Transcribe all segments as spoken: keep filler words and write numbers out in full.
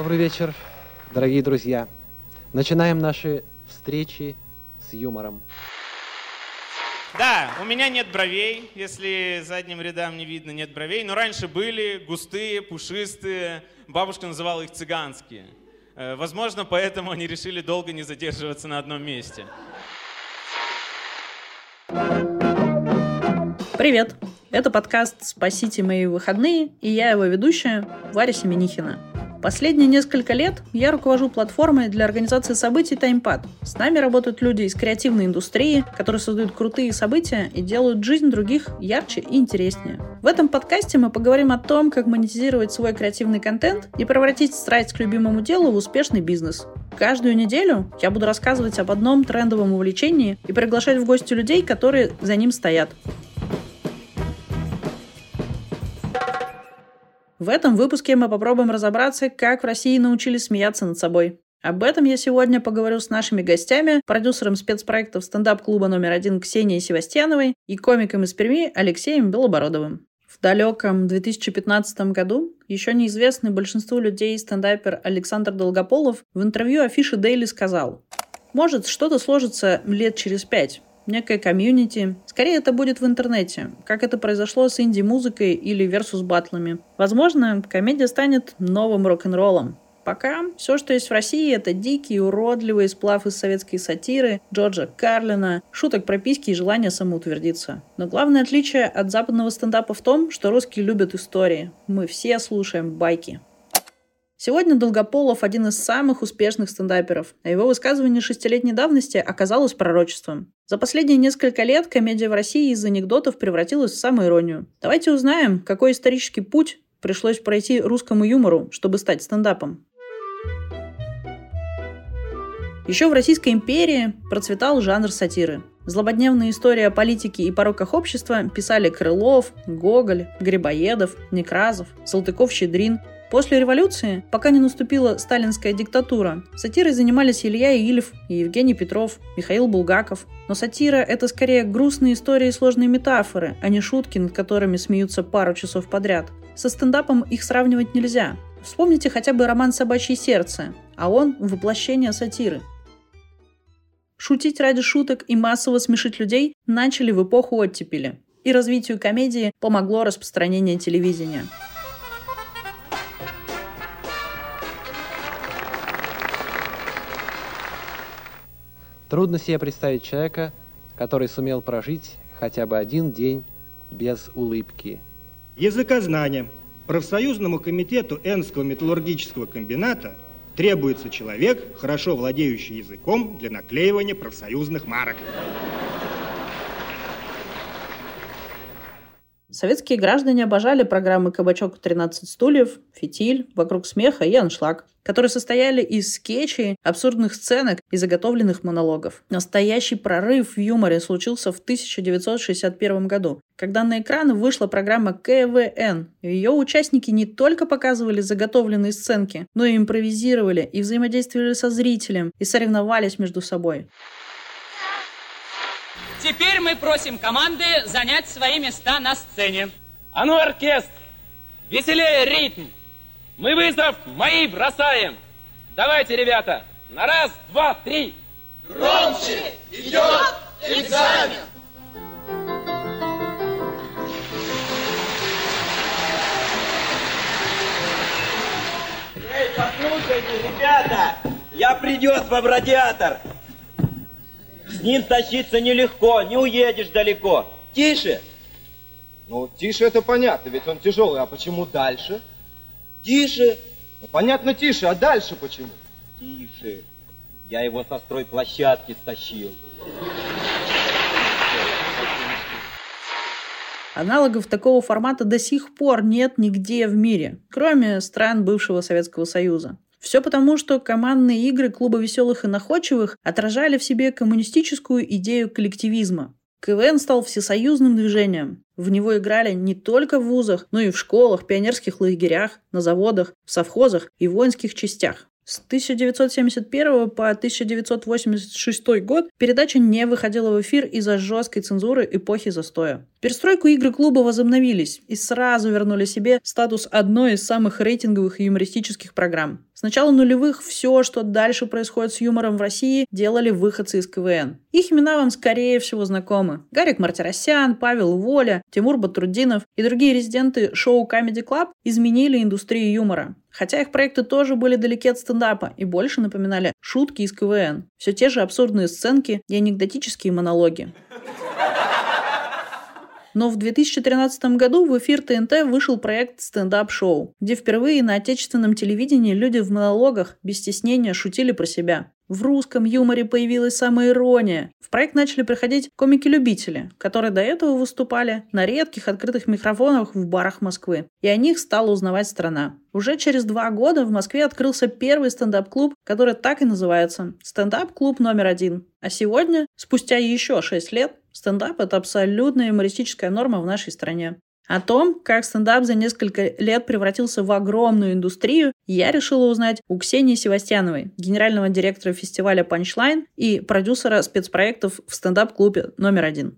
Добрый вечер, дорогие друзья. Начинаем наши встречи с юмором. Да, у меня нет бровей, если задним рядам не видно, нет бровей, но раньше были густые, пушистые, бабушка называла их цыганские. Возможно, поэтому они решили долго не задерживаться на одном месте. Привет! Это подкаст «Спасите мои выходные», и я его ведущая Варя Семенихина. Последние несколько лет я руковожу платформой для организации событий «Таймпад». С нами работают люди из креативной индустрии, которые создают крутые события и делают жизнь других ярче и интереснее. В этом подкасте мы поговорим о том, как монетизировать свой креативный контент и превратить страсть к любимому делу в успешный бизнес. Каждую неделю я буду рассказывать об одном трендовом увлечении и приглашать в гости людей, которые за ним стоят. В этом выпуске мы попробуем разобраться, как в России научились смеяться над собой. Об этом я сегодня поговорю с нашими гостями, продюсером спецпроектов стендап-клуба номер один Ксенией Севастьяновой и комиком из Перми Алексеем Белобородовым. В далеком две тысячи пятнадцатом году еще неизвестный большинству людей стендапер Александр Долгополов в интервью Афише Дейли сказал: «Может, что-то сложится лет через пять. Некое комьюнити. Скорее, это будет в интернете, как это произошло с инди-музыкой или версус-баттлами. Возможно, комедия станет новым рок-н-роллом. Пока все, что есть в России, это дикий, уродливый сплав из советской сатиры, Джорджа Карлина, шуток про письки и желание самоутвердиться. Но главное отличие от западного стендапа в том, что русские любят истории. Мы все слушаем байки». Сегодня Долгополов один из самых успешных стендаперов, а его высказывание шестилетней давности оказалось пророчеством. За последние несколько лет комедия в России из анекдотов превратилась в самоиронию. Давайте узнаем, какой исторический путь пришлось пройти русскому юмору, чтобы стать стендапом. Еще в Российской империи процветал жанр сатиры. Злободневные истории о политике и пороках общества писали Крылов, Гоголь, Грибоедов, Некрасов, Салтыков-Щедрин. После революции, пока не наступила сталинская диктатура, сатирой занимались Илья Ильф, Евгений Петров, Михаил Булгаков. Но сатира – это скорее грустные истории и сложные метафоры, а не шутки, над которыми смеются пару часов подряд. Со стендапом их сравнивать нельзя. Вспомните хотя бы роман «Собачье сердце», а он – воплощение сатиры. Шутить ради шуток и массово смешить людей начали в эпоху оттепели. И развитию комедии помогло распространение телевидения. Трудно себе представить человека, который сумел прожить хотя бы один день без улыбки. Языкознание. Профсоюзному комитету Энского металлургического комбината требуется человек, хорошо владеющий языком для наклеивания профсоюзных марок. Советские граждане обожали программы «Кабачок тринадцать стульев», «Фитиль», «Вокруг смеха» и «Аншлаг», которые состояли из скетчей, абсурдных сценок и заготовленных монологов. Настоящий прорыв в юморе случился в тысяча девятьсот шестьдесят первом году, когда на экраны вышла программа ка вэ эн. Ее участники не только показывали заготовленные сценки, но и импровизировали, и взаимодействовали со зрителем, и соревновались между собой. Теперь мы просим команды занять свои места на сцене. А ну, оркестр, веселее ритм. Мы вызов «Мои» бросаем. Давайте, ребята, на раз, два, три. Громче идет экзамен. Эй, послушайте, ребята, я придет вам радиатор. С ним тащиться нелегко, не уедешь далеко. Тише. Ну, тише это понятно, ведь он тяжелый. А почему дальше? Тише. Ну, понятно, тише, а дальше почему? Тише. Я его со стройплощадки стащил. Аналогов такого формата до сих пор нет нигде в мире, кроме стран бывшего Советского Союза. Все потому, что командные игры Клуба веселых и находчивых отражали в себе коммунистическую идею коллективизма. ка вэ эн стал всесоюзным движением. В него играли не только в вузах, но и в школах, пионерских лагерях, на заводах, в совхозах и воинских частях. С тысяча девятьсот семьдесят первого по тысяча девятьсот восемьдесят шестой год передача не выходила в эфир из-за жесткой цензуры эпохи застоя. В перестройку игры клуба возобновились и сразу вернули себе статус одной из самых рейтинговых и юмористических программ. С начала нулевых все, что дальше происходит с юмором в России, делали выходцы из ка вэ эн. Их имена вам, скорее всего, знакомы. Гарик Мартиросян, Павел Воля, Тимур Батрутдинов и другие резиденты шоу Comedy Club изменили индустрию юмора. Хотя их проекты тоже были далеки от стендапа и больше напоминали шутки из ка вэ эн. Все те же абсурдные сценки и анекдотические монологи. Но в две тысячи тринадцатом году в эфир тэ эн тэ вышел проект «Стендап-шоу», где впервые на отечественном телевидении люди в монологах без стеснения шутили про себя. В русском юморе появилась самоирония. В проект начали приходить комики-любители, которые до этого выступали на редких открытых микрофонах в барах Москвы. И о них стала узнавать страна. Уже через два года в Москве открылся первый стендап-клуб, который так и называется «Стендап-клуб номер один». А сегодня, спустя еще шесть лет, стендап – это абсолютная юмористическая норма в нашей стране. О том, как стендап за несколько лет превратился в огромную индустрию, я решила узнать у Ксении Севастьяновой, генерального директора фестиваля «Панчлайн» и продюсера спецпроектов в стендап-клубе номер один.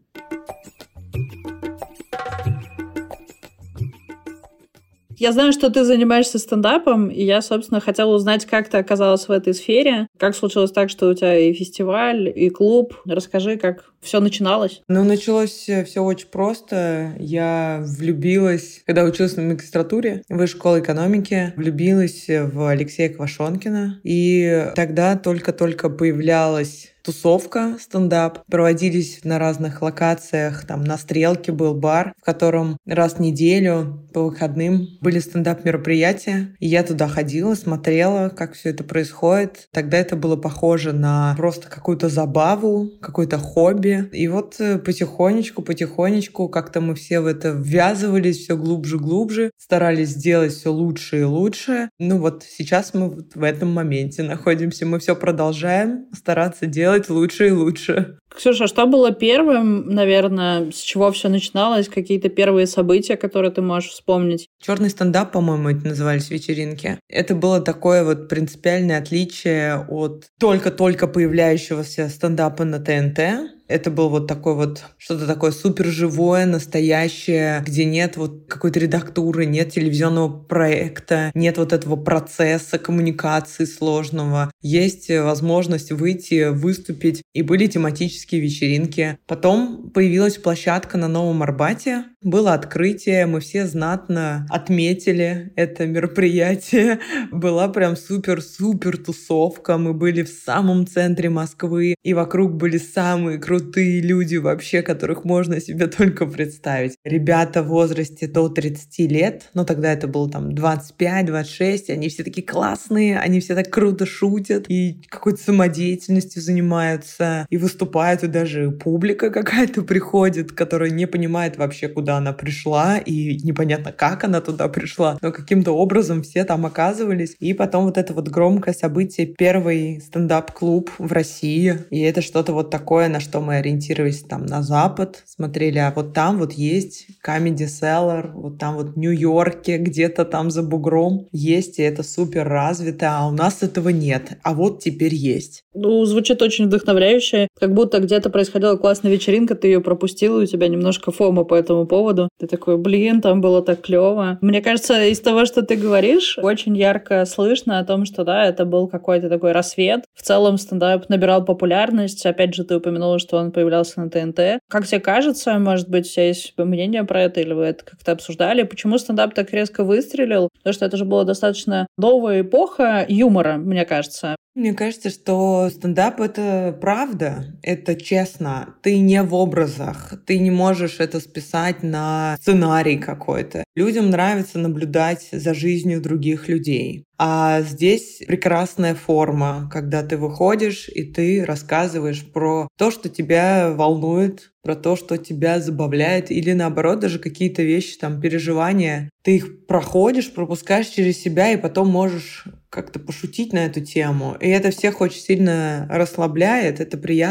Я знаю, что ты занимаешься стендапом, и я, собственно, хотела узнать, как ты оказалась в этой сфере. Как случилось так, что у тебя и фестиваль, и клуб? Расскажи, как все начиналось. Ну, началось все очень просто. Я влюбилась, когда училась на магистратуре в Высшей школе экономики, влюбилась в Алексея Квашонкина. И тогда только-только появлялась тусовка, стендап. Проводились на разных локациях. Там на Стрелке был бар, в котором раз в неделю по выходным были стендап-мероприятия. И я туда ходила, смотрела, как все это происходит. Тогда это было похоже на просто какую-то забаву, какое-то хобби. И вот потихонечку-потихонечку как-то мы все в это ввязывались все глубже-глубже, старались сделать все лучше и лучше. Ну вот сейчас мы вот в этом моменте находимся. Мы все продолжаем стараться делать лучше и лучше. Ксюша, что было первым, наверное, с чего все начиналось? Какие-то первые события, которые ты можешь вспомнить? Черный стендап, по-моему, это назывались вечеринки. Это было такое вот принципиальное отличие от только-только появляющегося стендапа на тэ эн тэ. Это был вот такой вот, что-то такое суперживое, настоящее, где нет вот какой-то редактуры, нет телевизионного проекта, нет вот этого процесса коммуникации сложного. Есть возможность выйти, выступить, и были тематические вечеринки. Потом появилась площадка на Новом Арбате, было открытие, мы все знатно отметили это мероприятие. Была прям супер-супер тусовка, мы были в самом центре Москвы, и вокруг были самые крутые люди вообще, которых можно себе только представить. Ребята в возрасте до тридцати лет, ну тогда это было там двадцать пять двадцать шесть, они все такие классные, они все так круто шутят и какой-то самодеятельностью занимаются, и выступают, и даже публика какая-то приходит, которая не понимает вообще, куда она пришла, и непонятно, как она туда пришла, но каким-то образом все там оказывались. И потом вот это вот громкое событие, первый стендап-клуб в России, и это что-то вот такое, на что мы ориентировались там на Запад, смотрели, а вот там вот есть Comedy Cellar, вот там вот в Нью-Йорке, где-то там за бугром есть, и это супер развито, а у нас этого нет, а вот теперь есть. Ну, звучит очень вдохновляюще, как будто где-то происходила классная вечеринка, ты ее пропустила, и у тебя немножко фома по этому поводу. Ты такой, блин, там было так клево. Мне кажется, из того, что ты говоришь, очень ярко слышно о том, что, да, это был какой-то такой рассвет. В целом стендап набирал популярность. Опять же, ты упомянула, что он появлялся на тэ эн тэ. Как тебе кажется, может быть, у тебя есть мнение про это, или вы это как-то обсуждали? Почему стендап так резко выстрелил? Потому что это же была достаточно новая эпоха юмора, мне кажется. Мне кажется, что стендап — это правда, это честно. Ты не в образах, ты не можешь это списать на сценарий какой-то. Людям нравится наблюдать за жизнью других людей. А здесь прекрасная форма, когда ты выходишь и ты рассказываешь про то, что тебя волнует, про то, что тебя забавляет, или наоборот, даже какие-то вещи, там, переживания. Ты их проходишь, пропускаешь через себя, и потом можешь как-то пошутить на эту тему. И это всех очень сильно расслабляет, это приятно.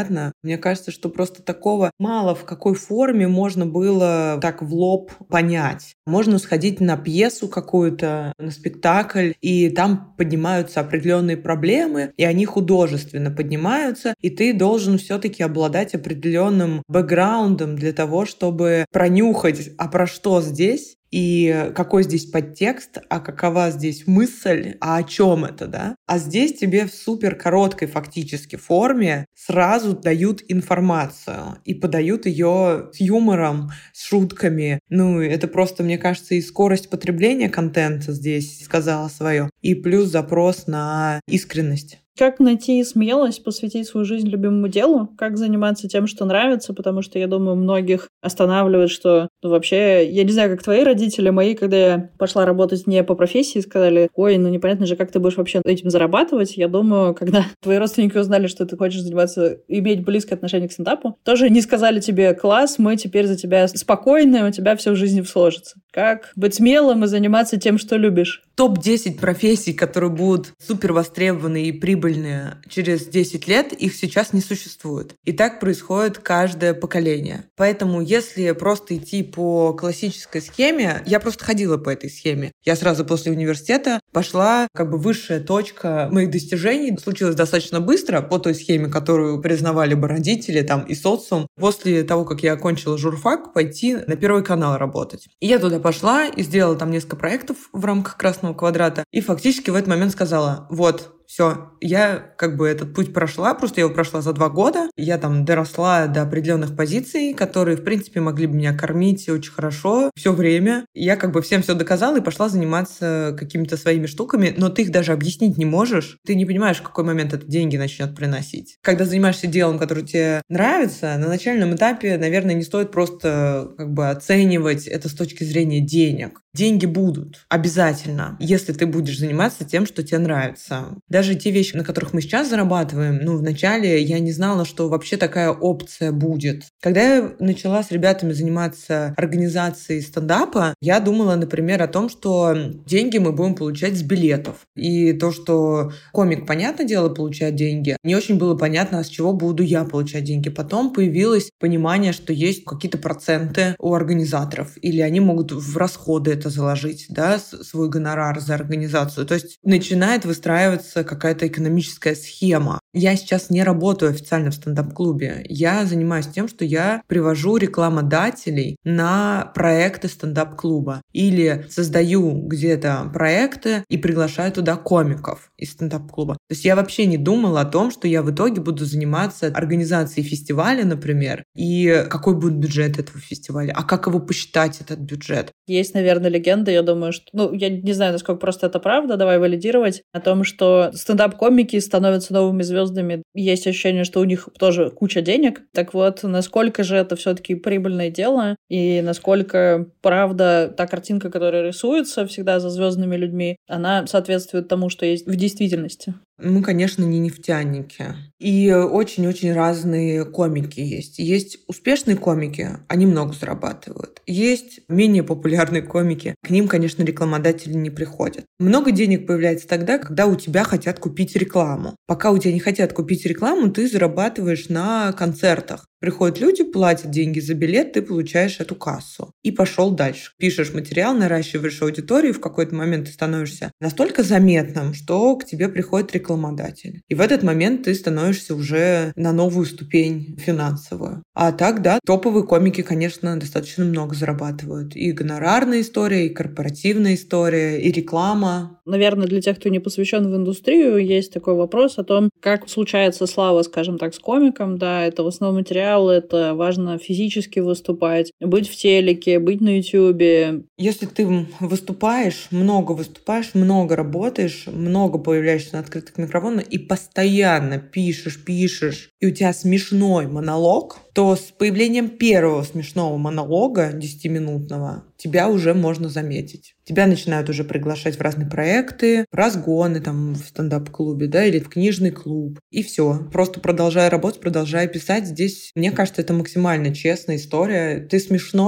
Мне кажется, что просто такого мало в какой форме можно было так в лоб понять. Можно сходить на пьесу какую-то, на спектакль, и там поднимаются определенные проблемы, и они художественно поднимаются, и ты должен все-таки обладать определенным бэкграундом для того, чтобы пронюхать, а про что здесь, и какой здесь подтекст, а какова здесь мысль, а о чем это, да? А здесь тебе в супер короткой фактически форме сразу дают информацию и подают ее с юмором, с шутками. Ну, это просто, мне кажется, и скорость потребления контента здесь сказала свое, и плюс запрос на искренность. Как найти смелость посвятить свою жизнь любимому делу? Как заниматься тем, что нравится? Потому что, я думаю, многих останавливает, что ну, вообще, я не знаю, как твои родители, мои, когда я пошла работать не по профессии, сказали, ой, ну непонятно же, как ты будешь вообще этим зарабатывать. Я думаю, когда твои родственники узнали, что ты хочешь заниматься, иметь близкое отношение к стендапу, тоже не сказали тебе, класс, мы теперь за тебя спокойны, у тебя все в жизни сложится. Как быть смелым и заниматься тем, что любишь? топ десять профессий, которые будут супер востребованы и прибыльные через десять лет, их сейчас не существует. И так происходит каждое поколение. Поэтому если просто идти по классической схеме, я просто ходила по этой схеме. Я сразу после университета пошла, как бы высшая точка моих достижений случилась достаточно быстро по той схеме, которую признавали бы родители там, и социум. После того, как я окончила журфак, пойти на Первый канал работать. И я туда пошла и сделала там несколько проектов в рамках «Красного квадрата». И фактически в этот момент сказала, вот, все, я как бы этот путь прошла, просто я его прошла за два года. Я там доросла до определенных позиций, которые, в принципе, могли бы меня кормить очень хорошо все время. Я как бы всем все доказала и пошла заниматься какими-то своими штуками, но ты их даже объяснить не можешь. Ты не понимаешь, в какой момент это деньги начнет приносить. Когда занимаешься делом, которое тебе нравится, на начальном этапе, наверное, не стоит просто как бы оценивать это с точки зрения денег. Деньги будут обязательно, если ты будешь заниматься тем, что тебе нравится. Даже те вещи, на которых мы сейчас зарабатываем, ну, вначале я не знала, что вообще такая опция будет. Когда я начала с ребятами заниматься организацией стендапа, я думала, например, о том, что деньги мы будем получать с билетов. И то, что комик, понятное дело, получает деньги, не очень было понятно, а с чего буду я получать деньги. Потом появилось понимание, что есть какие-то проценты у организаторов, или они могут в расходы это заложить, да, свой гонорар за организацию. То есть начинает выстраиваться какая-то экономическая схема. Я сейчас не работаю официально в стендап-клубе. Я занимаюсь тем, что я привожу рекламодателей на проекты стендап-клуба или создаю где-то проекты и приглашаю туда комиков из стендап-клуба. То есть я вообще не думала о том, что я в итоге буду заниматься организацией фестиваля, например, и какой будет бюджет этого фестиваля, а как его посчитать, этот бюджет. Есть, наверное, легенда, я думаю, что... Ну, я не знаю, насколько просто это правда, давай валидировать, о том, что стендап-комики становятся новыми звездами. Есть ощущение, что у них тоже куча денег. Так вот, насколько же это все-таки прибыльное дело, и насколько, правда, та картинка, которая рисуется всегда за звездными людьми, она соответствует тому, что есть в действительности? Мы, конечно, не нефтяники. И очень-очень разные комики есть. Есть успешные комики, они много зарабатывают. Есть менее популярные комики, к ним, конечно, рекламодатели не приходят. Много денег появляется тогда, когда у тебя хотят купить рекламу. Пока у тебя не хотят купить рекламу, ты зарабатываешь на концертах. Приходят люди, платят деньги за билет, ты получаешь эту кассу. И пошел дальше. Пишешь материал, наращиваешь аудиторию, в какой-то момент ты становишься настолько заметным, что к тебе приходит рекламодатель. И в этот момент ты становишься уже на новую ступень финансовую. А так, да, топовые комики, конечно, достаточно много зарабатывают. И гонорарная история, и корпоративная история, и реклама. Наверное, для тех, кто не посвящен в индустрию, есть такой вопрос о том, как случается слава, скажем так, с комиком. Да, это в основном материал, это важно физически выступать, быть в телеке, быть на ютубе. Если ты выступаешь, много выступаешь, много работаешь, много появляешься на открытых микрофонах и постоянно пишешь, пишешь, и у тебя смешной монолог, то с появлением первого смешного монолога десятиминутного тебя уже можно заметить. Тебя начинают уже приглашать в разные проекты, в разгоны там в стендап-клубе, да, или в книжный клуб. И все. Просто продолжай работать, продолжай писать. Здесь, мне кажется, это максимально честная история. Ты смешной,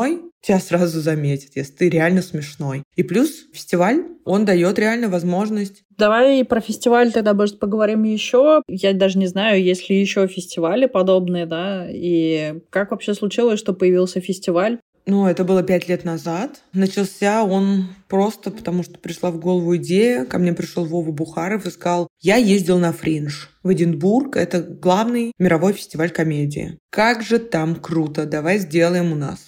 тебя сразу заметят, если ты реально смешной. И плюс фестиваль, он дает реально возможность. Давай про фестиваль тогда, может, поговорим еще. Я даже не знаю, есть ли еще фестивали подобные, да, и как вообще случилось, что появился фестиваль? Ну, это было пять лет назад. Начался он просто потому, что пришла в голову идея. Ко мне пришел Вова Бухаров и сказал, я ездил на Фриндж в Эдинбург. Это главный мировой фестиваль комедии. Как же там круто, давай сделаем у нас.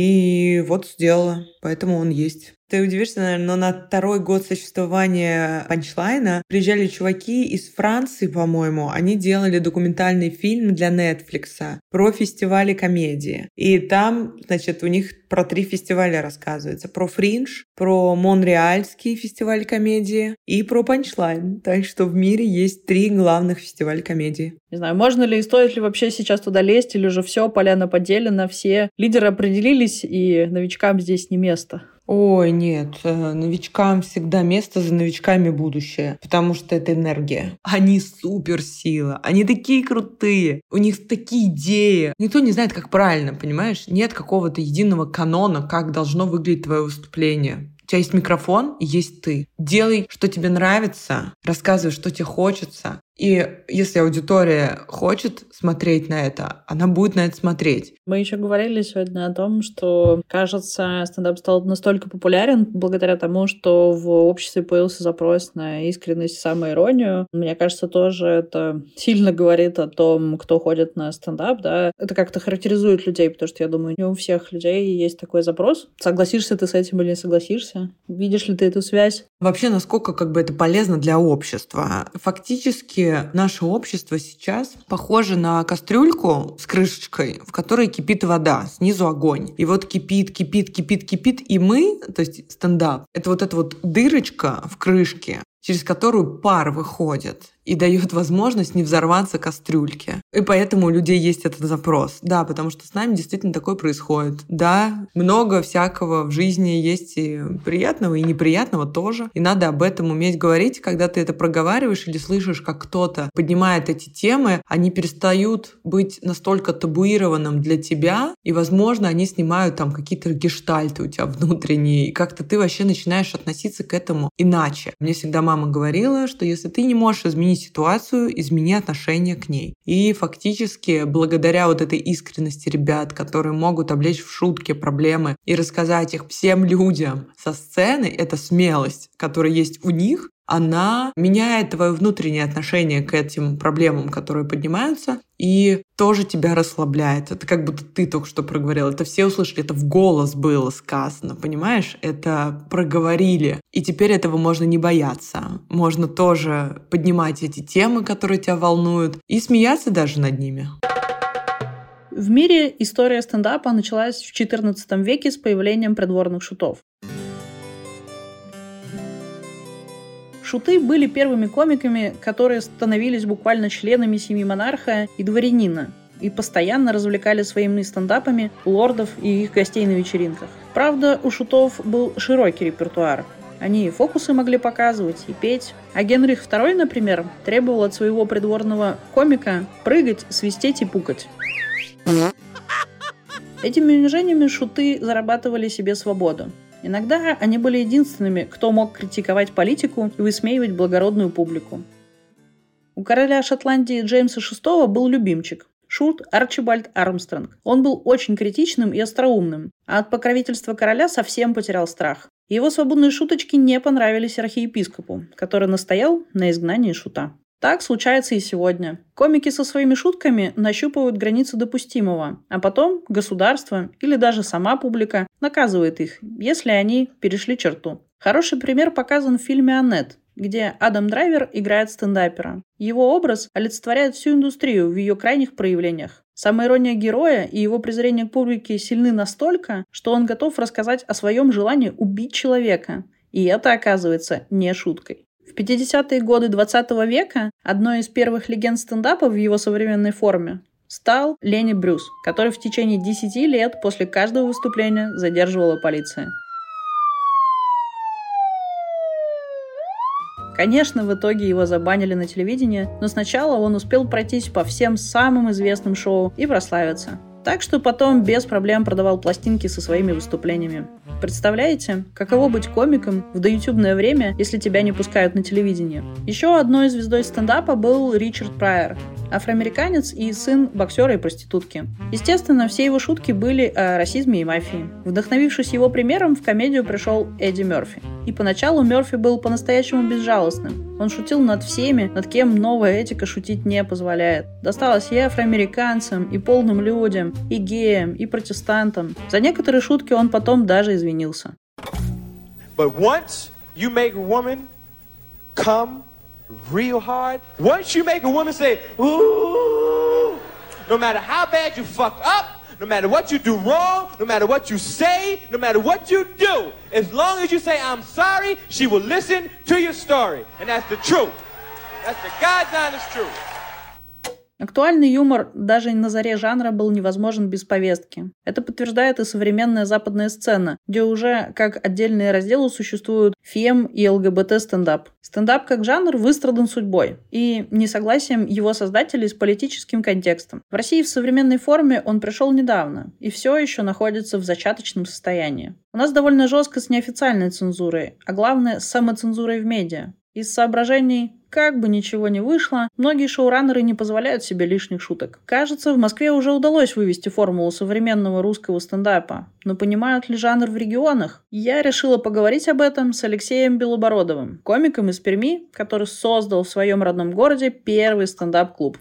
И вот сделала, поэтому он есть. Ты удивишься, наверное, но на второй год существования Панчлайна приезжали чуваки из Франции, по-моему. Они делали документальный фильм для Netflix про фестивали комедии. И там, значит, у них про три фестиваля рассказывается. Про Фриндж, про Монреальский фестиваль комедии и про Панчлайн. Так что в мире есть три главных фестиваля комедии. Не знаю, можно ли и стоит ли вообще сейчас туда лезть, или же все, поляна поделена, все лидеры определились, и новичкам здесь не место. Ой, нет, новичкам всегда место, за новичками будущее, потому что это энергия. Они суперсила, они такие крутые, у них такие идеи. Никто не знает, как правильно, понимаешь? Нет какого-то единого канона, как должно выглядеть твое выступление. У тебя есть микрофон, и есть ты. Делай, что тебе нравится, рассказывай, что тебе хочется. И если аудитория хочет смотреть на это, она будет на это смотреть. Мы еще говорили сегодня о том, что, кажется, стендап стал настолько популярен благодаря тому, что в обществе появился запрос на искренность и самоиронию. Мне кажется, тоже это сильно говорит о том, кто ходит на стендап, да. Это как-то характеризует людей, потому что, я думаю, не у всех людей есть такой запрос. Согласишься ты с этим или не согласишься? Видишь ли ты эту связь? Вообще, насколько как бы это полезно для общества. Фактически наше общество сейчас похоже на кастрюльку с крышечкой, в которой кипит вода, снизу огонь. И вот кипит, кипит, кипит, кипит. И мы, то есть стендап, это вот эта вот дырочка в крышке, через которую пар выходит и дает возможность не взорваться кастрюльке. И поэтому у людей есть этот запрос. Да, потому что с нами действительно такое происходит. Да, много всякого в жизни есть и приятного, и неприятного тоже. И надо об этом уметь говорить. Когда ты это проговариваешь или слышишь, как кто-то поднимает эти темы, они перестают быть настолько табуированным для тебя, и, возможно, они снимают там какие-то гештальты у тебя внутренние, и как-то ты вообще начинаешь относиться к этому иначе. Мне всегда мама говорила, что если ты не можешь изменить ситуацию, измени отношение к ней. И фактически благодаря вот этой искренности ребят, которые могут облечь в шутки проблемы и рассказать их всем людям со сцены, эта смелость, которая есть у них, она меняет твое внутреннее отношение к этим проблемам, которые поднимаются, и тоже тебя расслабляет. Это как будто ты только что проговорил. Это все услышали, это в голос было сказано, понимаешь? Это проговорили. И теперь этого можно не бояться. Можно тоже поднимать эти темы, которые тебя волнуют, и смеяться даже над ними. В мире история стендапа началась в четырнадцатом веке с появлением придворных шутов. Шуты были первыми комиками, которые становились буквально членами семьи монарха и дворянина и постоянно развлекали своими стендапами лордов и их гостей на вечеринках. Правда, у шутов был широкий репертуар. Они и фокусы могли показывать, и петь. А Генрих второй, например, требовал от своего придворного комика прыгать, свистеть и пукать. Этими унижениями шуты зарабатывали себе свободу. Иногда они были единственными, кто мог критиковать политику и высмеивать благородную публику. У короля Шотландии Джеймса шестого был любимчик – шут Арчибальд Армстронг. Он был очень критичным и остроумным, а от покровительства короля совсем потерял страх. Его свободные шуточки не понравились архиепископу, который настоял на изгнании шута. Так случается и сегодня. Комики со своими шутками нащупывают границы допустимого, а потом государство или даже сама публика наказывает их, если они перешли черту. Хороший пример показан в фильме «Аннет», где Адам Драйвер играет стендапера. Его образ олицетворяет всю индустрию в ее крайних проявлениях. Самоирония героя и его презрение к публике сильны настолько, что он готов рассказать о своем желании убить человека. И это оказывается не шуткой. В пятидесятые годы двадцатого века одной из первых легенд стендапа в его современной форме стал Ленни Брюс, который в течение десяти лет после каждого выступления задерживала полиция. Конечно, в итоге его забанили на телевидении, но сначала он успел пройтись по всем самым известным шоу и прославиться. Так что потом без проблем продавал пластинки со своими выступлениями. Представляете, каково быть комиком в доютубное время, если тебя не пускают на телевидение? Еще одной звездой стендапа был Ричард Прайер, афроамериканец и сын боксера и проститутки. Естественно, все его шутки были о расизме и мафии. Вдохновившись его примером, в комедию пришел Эдди Мерфи. И поначалу Мерфи был по-настоящему безжалостным. Он шутил над всеми, над кем новая этика шутить не позволяет. Досталось и афроамериканцам, и полным людям, и геям, и протестантам. За некоторые шутки он потом даже извинился. But once you make a woman come real hard, once you make a woman say, ooh, no matter how bad you fuck up, no matter what you do wrong, no matter what you say, no matter what you do, as long as you say, I'm sorry, she will listen to your story. And that's the truth. That's the God's honest truth. Актуальный юмор даже на заре жанра был невозможен без повестки. Это подтверждает и современная западная сцена, где уже как отдельные разделы существуют фем и ЛГБТ-стендап. Стендап как жанр выстрадан судьбой и несогласием его создателей с политическим контекстом. В России в современной форме он пришел недавно и все еще находится в зачаточном состоянии. У нас довольно жестко с неофициальной цензурой, а главное с самоцензурой в медиа. Из соображений «как бы ничего не вышло», многие шоураннеры не позволяют себе лишних шуток. Кажется, в Москве уже удалось вывести формулу современного русского стендапа. Но понимают ли жанр в регионах? Я решила поговорить об этом с Алексеем Белобородовым, комиком из Перми, который создал в своем родном городе первый стендап-клуб.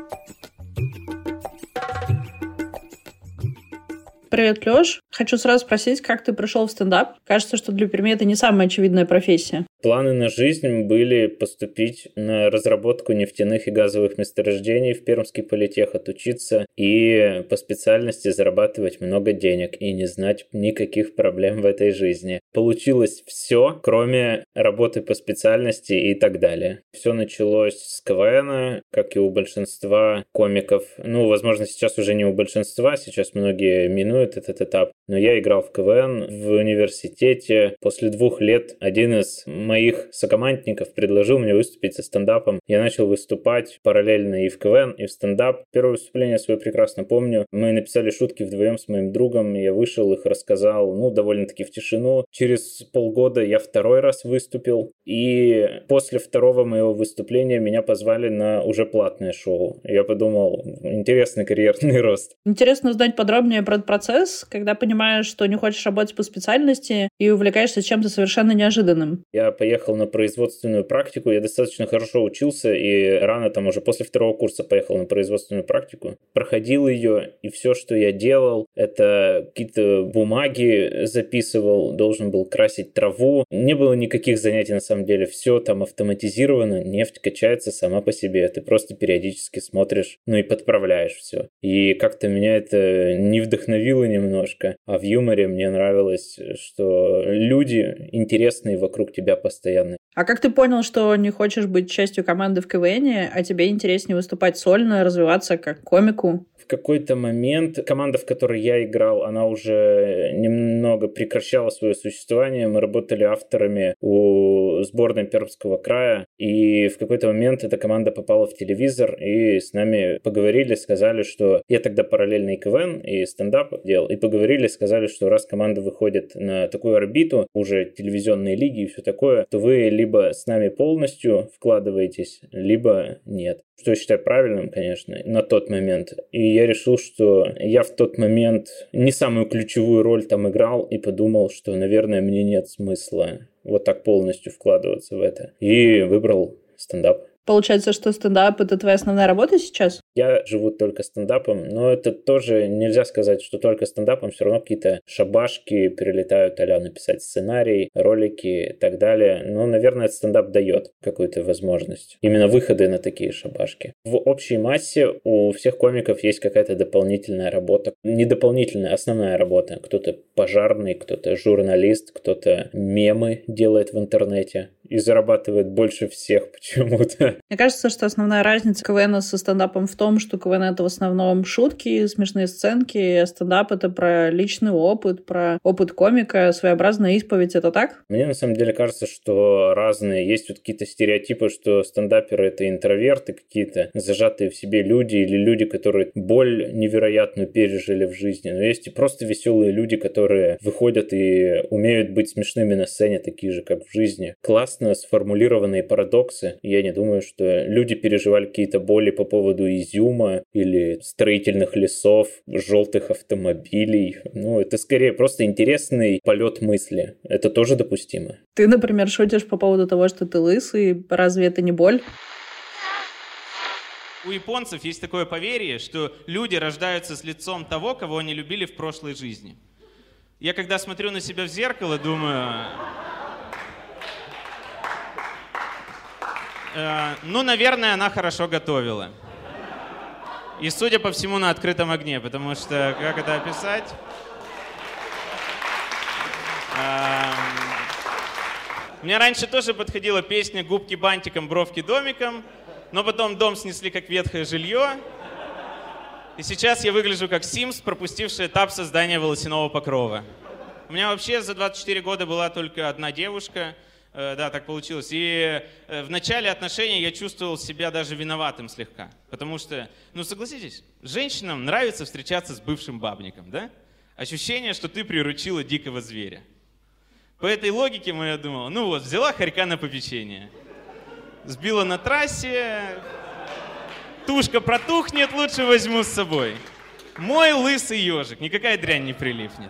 Привет, Лёш. Хочу сразу спросить, как ты пришел в стендап? Кажется, что для Перми это не самая очевидная профессия. Планы на жизнь были поступить на разработку нефтяных и газовых месторождений в Пермский политех, отучиться и по специальности зарабатывать много денег и не знать никаких проблем в этой жизни. Получилось все, кроме работы по специальности и так далее. Все началось с КВН, как и у большинства комиков. Ну, возможно, сейчас уже не у большинства, сейчас многие минуют этот этап. Но я играл в КВН в университете. После двух лет один из моих сокомандников предложил мне выступить со стендапом. Я начал выступать параллельно и в КВН, и в стендап. Первое выступление свое прекрасно помню. Мы написали шутки вдвоем с моим другом. Я вышел, их рассказал, ну, довольно-таки в тишину. Через полгода я второй раз выступил. И после второго моего выступления меня позвали на уже платное шоу. Я подумал, интересный карьерный рост. Интересно узнать подробнее про этот процесс, когда понимаешь, что не хочешь работать по специальности и увлекаешься чем-то совершенно неожиданным. Я поехал на производственную практику, я достаточно хорошо учился и рано там уже после второго курса поехал на производственную практику. Проходил ее, и все, что я делал, это какие-то бумаги записывал, должен был красить траву. Не было никаких занятий на самом деле, все там автоматизировано, нефть качается сама по себе, ты просто периодически смотришь, ну и подправляешь все. И как-то меня это не вдохновило немножко, а в юморе мне нравилось, что люди интересные вокруг тебя постоянно. А как ты понял, что не хочешь быть частью команды в КВНе, а тебе интереснее выступать сольно, развиваться как комику? В какой-то момент команда, в которой я играл, она уже немного прекращала свое существование. Мы работали авторами у сборной Пермского края, и в какой-то момент эта команда попала в телевизор, и с нами поговорили, сказали, что я тогда параллельно и КВН, и стендап делал, и поговорили, сказали, что раз команда выходит на такую орбиту, уже телевизионные лиги и все такое, то вы либо с нами полностью вкладываетесь, либо нет. Что я считаю правильным, конечно, на тот момент. И я решил, что я в тот момент не самую ключевую роль там играл и подумал, что, наверное, мне нет смысла вот так полностью вкладываться в это. И выбрал стендап. Получается, что стендап — это твоя основная работа сейчас? Я живу только стендапом, но это тоже нельзя сказать, что только стендапом. Все равно какие-то шабашки прилетают, а-ля написать сценарий, ролики и так далее. Но, наверное, этот стендап дает какую-то возможность. Именно выходы на такие шабашки. В общей массе у всех комиков есть какая-то дополнительная работа. Не дополнительная, а основная работа. Кто-то пожарный, кто-то журналист, кто-то мемы делает в интернете. и зарабатывает больше всех почему-то. Мне кажется, что основная разница КВН со стендапом в том, что КВН — это в основном шутки, смешные сценки, а стендап — это про личный опыт, про опыт комика, своеобразная исповедь. Это так? Мне на самом деле кажется, что разные. Есть вот какие-то стереотипы, что стендаперы — это интроверты какие-то, зажатые в себе люди или люди, которые боль невероятную пережили в жизни. Но есть и просто веселые люди, которые выходят и умеют быть смешными на сцене, такие же, как в жизни. Классно сформулированные парадоксы. Я не думаю, что люди переживали какие-то боли по поводу изюма или строительных лесов, желтых автомобилей. Ну, это скорее просто интересный полет мысли. Это тоже допустимо. Ты, например, шутишь по поводу того, что ты лысый. Разве это не боль? У японцев есть такое поверье, что люди рождаются с лицом того, кого они любили в прошлой жизни. Я когда смотрю на себя в зеркало, думаю... Э, ну, наверное, она хорошо готовила. И, судя по всему, на открытом огне, потому что, как это описать? Э, мне раньше тоже подходила песня «Губки бантиком, бровки домиком», но потом дом снесли как ветхое жилье, и сейчас я выгляжу как Симс, пропустивший этап создания волосяного покрова. У меня вообще за двадцать четыре года была только одна девушка, э, да, так получилось. И э, в начале отношений я чувствовал себя даже виноватым слегка, потому что, ну согласитесь, женщинам нравится встречаться с бывшим бабником, да? Ощущение, что ты приручила дикого зверя. По этой логике я думал, ну вот, взяла хорька на попечение. Сбила на трассе, тушка протухнет, лучше возьму с собой. Мой лысый ежик, никакая дрянь не прилипнет.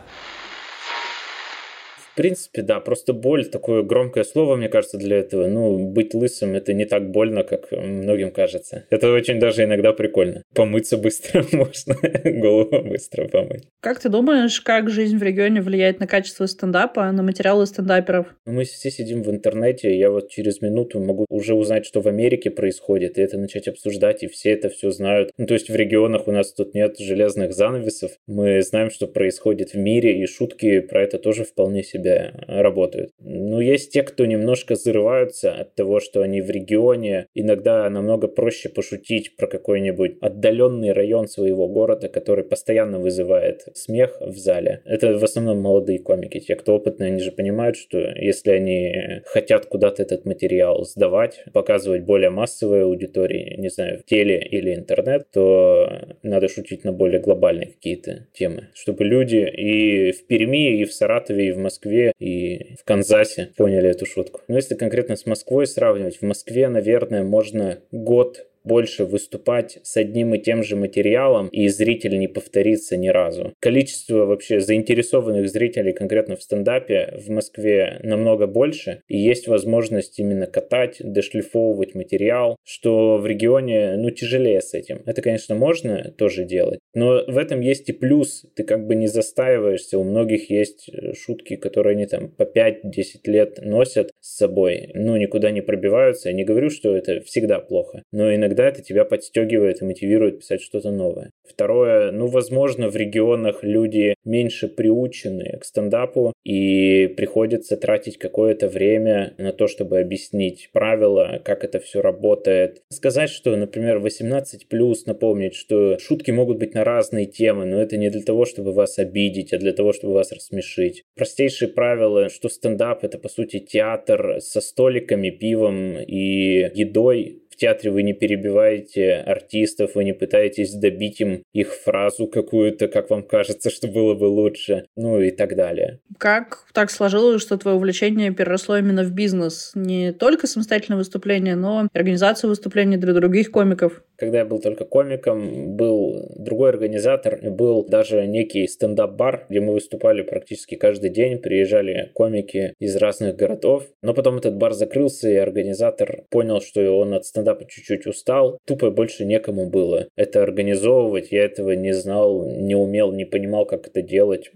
В принципе, да, просто боль, такое громкое слово, мне кажется, для этого. Ну, быть лысым — это не так больно, как многим кажется. Это очень даже иногда прикольно. Помыться быстро можно, голову быстро помыть. Как ты думаешь, как жизнь в регионе влияет на качество стендапа, на материалы стендаперов? Мы все сидим в интернете, и я вот через минуту могу уже узнать, что в Америке происходит, и это начать обсуждать, и все это все знают. Ну, то есть в регионах у нас тут нет железных занавесов, мы знаем, что происходит в мире, и шутки про это тоже вполне себе работают. Но есть те, кто немножко зарываются от того, что они в регионе. Иногда намного проще пошутить про какой-нибудь отдаленный район своего города, который постоянно вызывает смех в зале. Это в основном молодые комики. Те, кто опытные, они же понимают, что если они хотят куда-то этот материал сдавать, показывать более массовой аудитории, не знаю, в теле или интернет, то надо шутить на более глобальные какие-то темы, чтобы люди и в Перми, и в Саратове, и в Москве, и в Канзасе поняли эту шутку. Но если конкретно с Москвой сравнивать, в Москве, наверное, можно год больше выступать с одним и тем же материалом, и зритель не повторится ни разу. Количество вообще заинтересованных зрителей конкретно в стендапе в Москве намного больше, и есть возможность именно катать, дошлифовывать материал, что в регионе, ну, тяжелее с этим. Это, конечно, можно тоже делать, но в этом есть и плюс. Ты как бы не застаиваешься. У многих есть шутки, которые они там по пять-десять лет носят с собой, ну, никуда не пробиваются. Я не говорю, что это всегда плохо, но иногда это тебя подстегивает и мотивирует писать что-то новое. Второе, ну, возможно, в регионах люди меньше приучены к стендапу, и приходится тратить какое-то время на то, чтобы объяснить правила, как это все работает. Сказать, что, например, восемнадцать плюс, напомнить, что шутки могут быть на разные темы, но это не для того, чтобы вас обидеть, а для того, чтобы вас рассмешить. Простейшие правила, что стендап — это, по сути, театр со столиками, пивом и едой. В театре вы не перебиваете артистов, вы не пытаетесь добить им их фразу какую-то, как вам кажется, что было бы лучше, ну и так далее. Как так сложилось, что твое увлечение переросло именно в бизнес? Не только самостоятельное выступление, но и организация выступлений для других комиков? Когда я был только комиком, был другой организатор, был даже некий стендап-бар, где мы выступали практически каждый день, приезжали комики из разных городов. Но потом этот бар закрылся, и организатор понял, что он от стендапа чуть-чуть устал, тупо больше некому было это организовывать. Я этого не знал, не умел, не понимал, как это делать.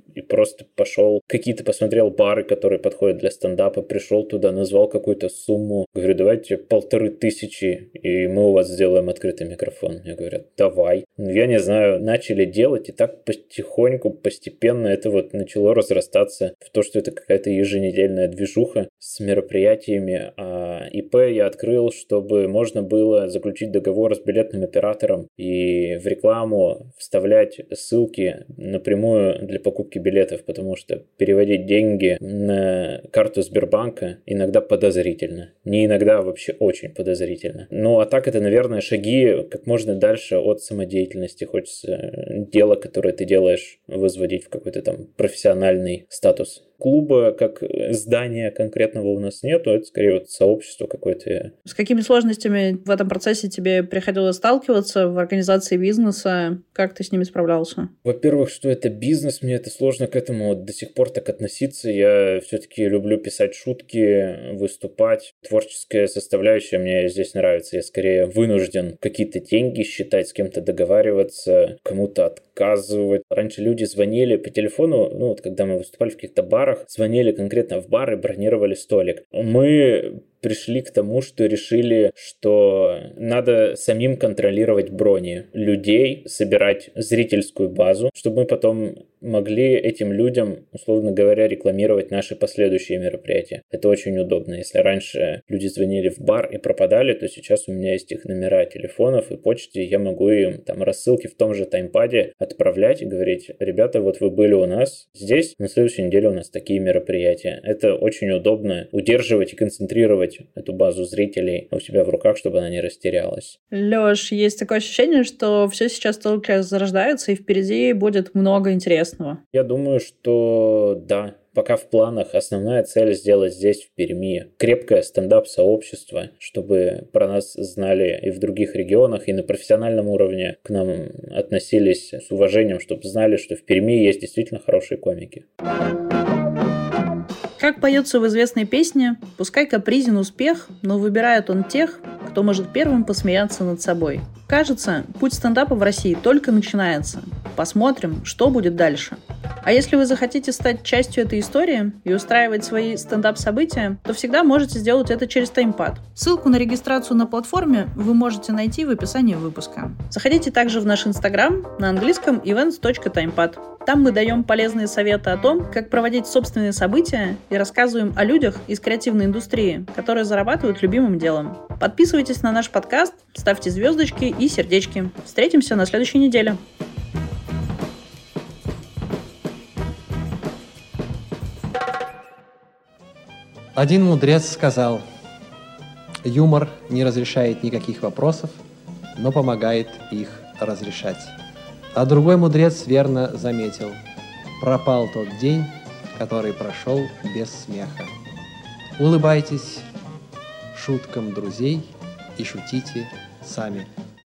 и просто пошел, какие-то посмотрел бары, которые подходят для стендапа, пришел туда, назвал какую-то сумму, говорю, давайте полторы тысячи, и мы у вас сделаем открытый микрофон. Мне говорят, давай. Я не знаю, начали делать, и так потихоньку, постепенно это вот начало разрастаться в то, что это какая-то еженедельная движуха с мероприятиями. А ИП я открыл, чтобы можно было заключить договор с билетным оператором и в рекламу вставлять ссылки напрямую для покупки билетов, потому что переводить деньги на карту Сбербанка иногда подозрительно. Не иногда, а вообще очень подозрительно. Ну, а так это, наверное, шаги как можно дальше от самодеятельности. Хочется дело, которое ты делаешь, возводить в какой-то там профессиональный статус. Клуба как здания конкретного у нас нету, это скорее вот сообщество какое-то. С какими сложностями в этом процессе тебе приходилось сталкиваться в организации бизнеса? Как ты с ними справлялся? Во-первых, что это бизнес, мне это сложно к этому до сих пор так относиться. Я все-таки люблю писать шутки, выступать. Творческая составляющая мне здесь нравится. Я скорее вынужден какие-то деньги считать, с кем-то договариваться, кому-то отказывать. Раньше люди звонили по телефону, ну вот когда мы выступали в каких-то барах, звонили конкретно в бар и бронировали столик. Мы пришли к тому, что решили, что надо самим контролировать брони людей, собирать зрительскую базу, чтобы мы потом могли этим людям, условно говоря, рекламировать наши последующие мероприятия. Это очень удобно. Если раньше люди звонили в бар и пропадали, то сейчас у меня есть их номера телефонов и почты, я могу им там рассылки в том же таймпаде отправлять и говорить, ребята, вот вы были у нас здесь, на следующей неделе у нас такие мероприятия. Это очень удобно удерживать и концентрировать эту базу зрителей у себя в руках, чтобы она не растерялась. Лёш, есть такое ощущение, что все сейчас только зарождается, и впереди будет много интересного. Я думаю, что да. Пока в планах основная цель сделать здесь, в Перми, крепкое стендап-сообщество, чтобы про нас знали и в других регионах, и на профессиональном уровне к нам относились с уважением, чтобы знали, что в Перми есть действительно хорошие комики. Как поется в известной песне, пускай капризен успех, но выбирает он тех, кто может первым посмеяться над собой. Кажется, путь стендапа в России только начинается. Посмотрим, что будет дальше. А если вы захотите стать частью этой истории и устраивать свои стендап-события, то всегда можете сделать это через таймпад. Ссылку на регистрацию на платформе вы можете найти в описании выпуска. Заходите также в наш инстаграм на английском events точка таймпад. Там мы даем полезные советы о том, как проводить собственные события и рассказываем о людях из креативной индустрии, которые зарабатывают любимым делом. Подписывайтесь на наш подкаст, ставьте звездочки и сердечки. Встретимся на следующей неделе. Один мудрец сказал, юмор не разрешает никаких вопросов, но помогает их разрешать. А другой мудрец верно заметил, пропал тот день, который прошел без смеха. Улыбайтесь шуткам друзей и шутите сами.